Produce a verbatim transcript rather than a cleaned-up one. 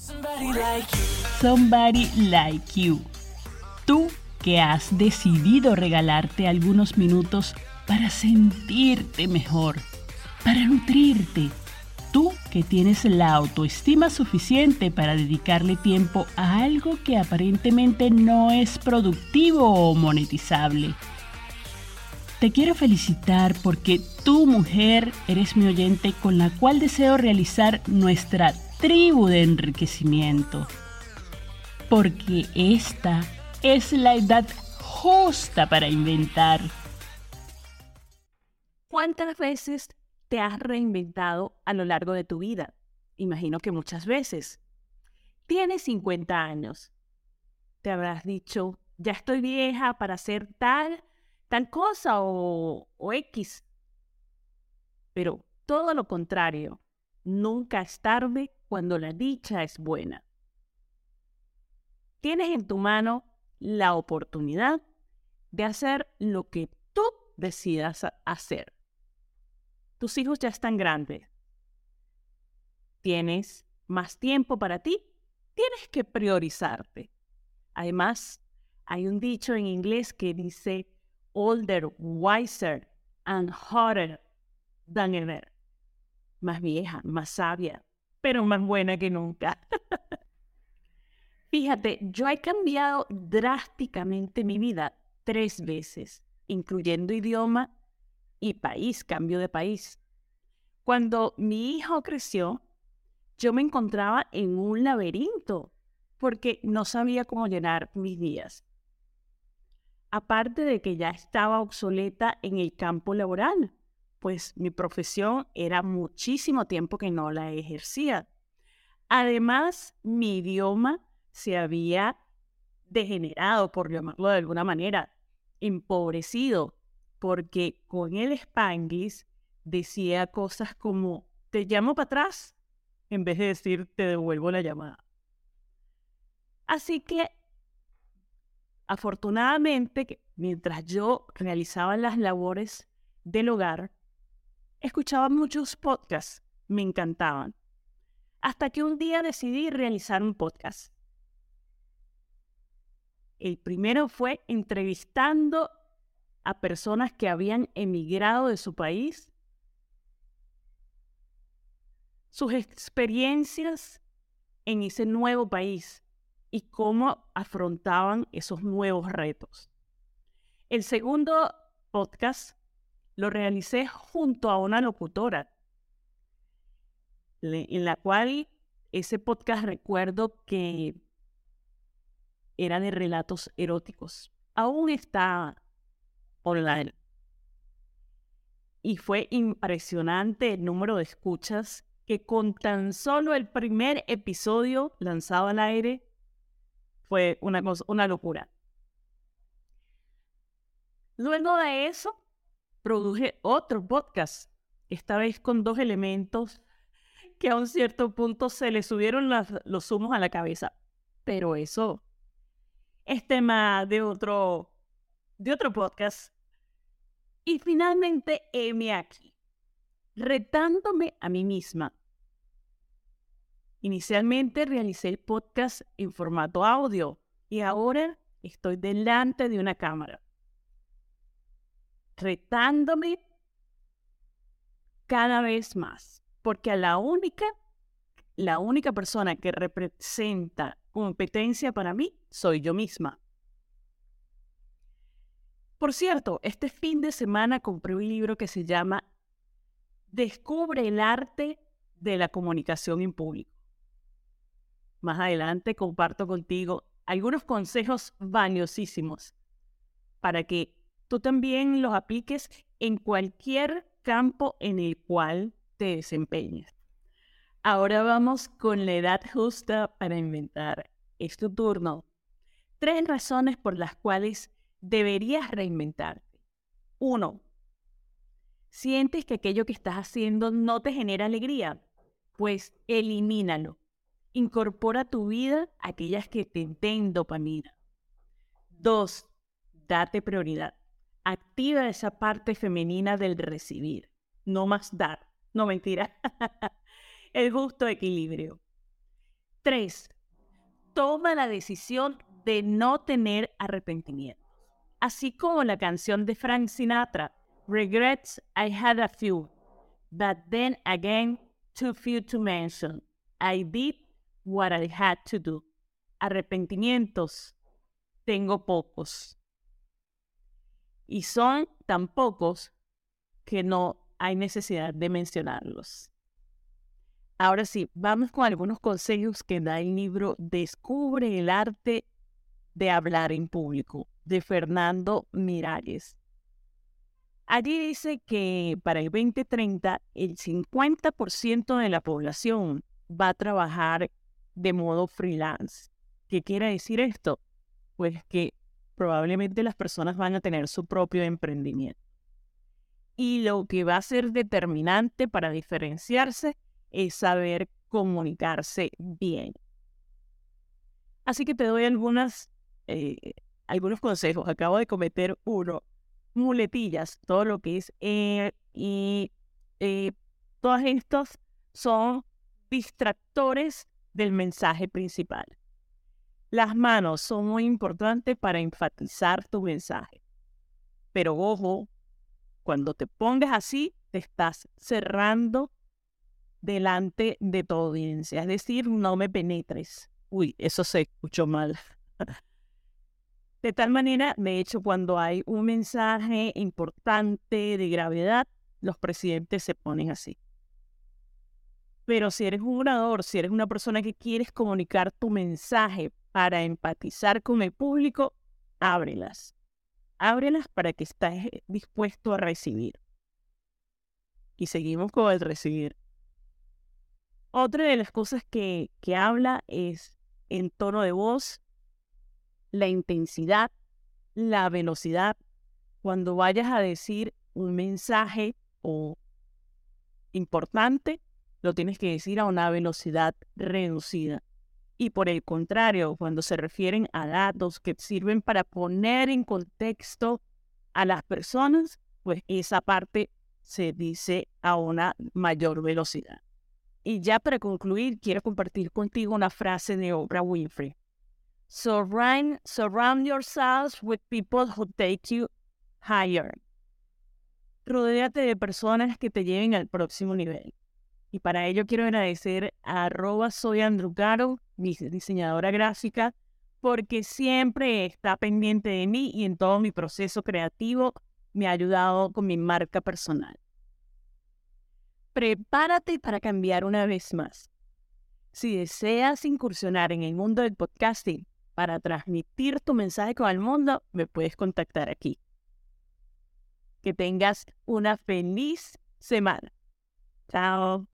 Somebody Like You. Tú que has decidido regalarte algunos minutos para sentirte mejor, para nutrirte. Tú que tienes la autoestima suficiente para dedicarle tiempo a algo que aparentemente no es productivo o monetizable. Te quiero felicitar porque tú, mujer, eres mi oyente con la cual deseo realizar nuestra tribu de enriquecimiento. Porque esta es la edad justa para inventar. ¿Cuántas veces te has reinventado a lo largo de tu vida? Imagino que muchas veces. Tienes cincuenta años. Te habrás dicho, ya estoy vieja para hacer tal, tal cosa o, o X. Pero todo lo contrario, nunca es tarde cuando la dicha es buena. Tienes en tu mano la oportunidad de hacer lo que tú decidas hacer. Tus hijos ya están grandes. Tienes más tiempo para ti. Tienes que priorizarte. Además, hay un dicho en inglés que dice older, wiser and hotter than ever. Más vieja, más sabia, pero más buena que nunca. Fíjate, yo he cambiado drásticamente mi vida tres veces, incluyendo idioma y país, cambio de país. Cuando mi hijo creció, yo me encontraba en un laberinto porque no sabía cómo llenar mis días. Aparte de que ya estaba obsoleta en el campo laboral, pues mi profesión era muchísimo tiempo que no la ejercía. Además, mi idioma se había degenerado, por llamarlo de alguna manera, empobrecido, porque con el Spanglish decía cosas como, te llamo para atrás, en vez de decir, te devuelvo la llamada. Así que, afortunadamente, mientras yo realizaba las labores del hogar, escuchaba muchos podcasts, me encantaban. Hasta que un día decidí realizar un podcast. El primero fue entrevistando a personas que habían emigrado de su país, sus experiencias en ese nuevo país y cómo afrontaban esos nuevos retos. El segundo podcast lo realicé junto a una locutora, en la cual ese podcast recuerdo que era de relatos eróticos. Aún está online. Y fue impresionante el número de escuchas que con tan solo el primer episodio lanzado al aire fue una cosa, una locura. Luego de eso, produje otro podcast, esta vez con dos elementos que a un cierto punto se le subieron las, los humos a la cabeza. Pero eso es tema de otro, de otro podcast. Y finalmente, heme aquí, retándome a mí misma. Inicialmente realicé el podcast en formato audio y ahora estoy delante de una cámara, retándome cada vez más, porque a la única, la única persona que representa competencia para mí soy yo misma. Por cierto, este fin de semana compré un libro que se llama Descubre el arte de la comunicación en público. Más adelante comparto contigo algunos consejos valiosísimos para que tú también los apliques en cualquier campo en el cual te desempeñes. Ahora vamos con la edad justa para inventar. Es tu turno. Tres razones por las cuales deberías reinventarte. Uno, ¿sientes que aquello que estás haciendo no te genera alegría? Pues elimínalo. Incorpora a tu vida aquellas que te den dopamina. Dos, date prioridad. Activa esa parte femenina del recibir. No más dar. No, mentira. El justo equilibrio. Tres, toma la decisión de no tener arrepentimientos. Así como la canción de Frank Sinatra, Regrets, I had a few, but then again, too few to mention. I did what I had to do. Arrepentimientos, tengo pocos. Y son tan pocos que no hay necesidad de mencionarlos. Ahora sí, vamos con algunos consejos que da el libro Descubre el arte de hablar en público, de Fernando Miralles. Allí dice que para el veinte treinta el cincuenta por ciento de la población va a trabajar de modo freelance. ¿Qué quiere decir esto? Pues que probablemente las personas van a tener su propio emprendimiento. Y lo que va a ser determinante para diferenciarse es saber comunicarse bien. Así que te doy algunas, eh, algunos consejos. Acabo de cometer uno. Muletillas, todo lo que es eh, y eh, todos estos son distractores del mensaje principal. Las manos son muy importantes para enfatizar tu mensaje. Pero ojo, cuando te pongas así, te estás cerrando delante de tu audiencia. Es decir, no me penetres. Uy, eso se escuchó mal. De tal manera, de hecho, cuando hay un mensaje importante de gravedad, los presidentes se ponen así. Pero si eres un orador, si eres una persona que quieres comunicar tu mensaje para empatizar con el público, ábrelas. Ábrelas para que estés dispuesto a recibir. Y seguimos con el recibir. Otra de las cosas que, que habla es el tono de voz, la intensidad, la velocidad. Cuando vayas a decir un mensaje o importante, lo tienes que decir a una velocidad reducida. Y por el contrario, cuando se refieren a datos que sirven para poner en contexto a las personas, pues esa parte se dice a una mayor velocidad. Y ya para concluir, quiero compartir contigo una frase de Oprah Winfrey. Surround, surround yourselves with people who take you higher. Rodéate de personas que te lleven al próximo nivel. Y para ello quiero agradecer a arroba soy Andrew Caro, mi diseñadora gráfica, porque siempre está pendiente de mí y en todo mi proceso creativo me ha ayudado con mi marca personal. Prepárate para cambiar una vez más. Si deseas incursionar en el mundo del podcasting para transmitir tu mensaje con el mundo, me puedes contactar aquí. Que tengas una feliz semana. Chao.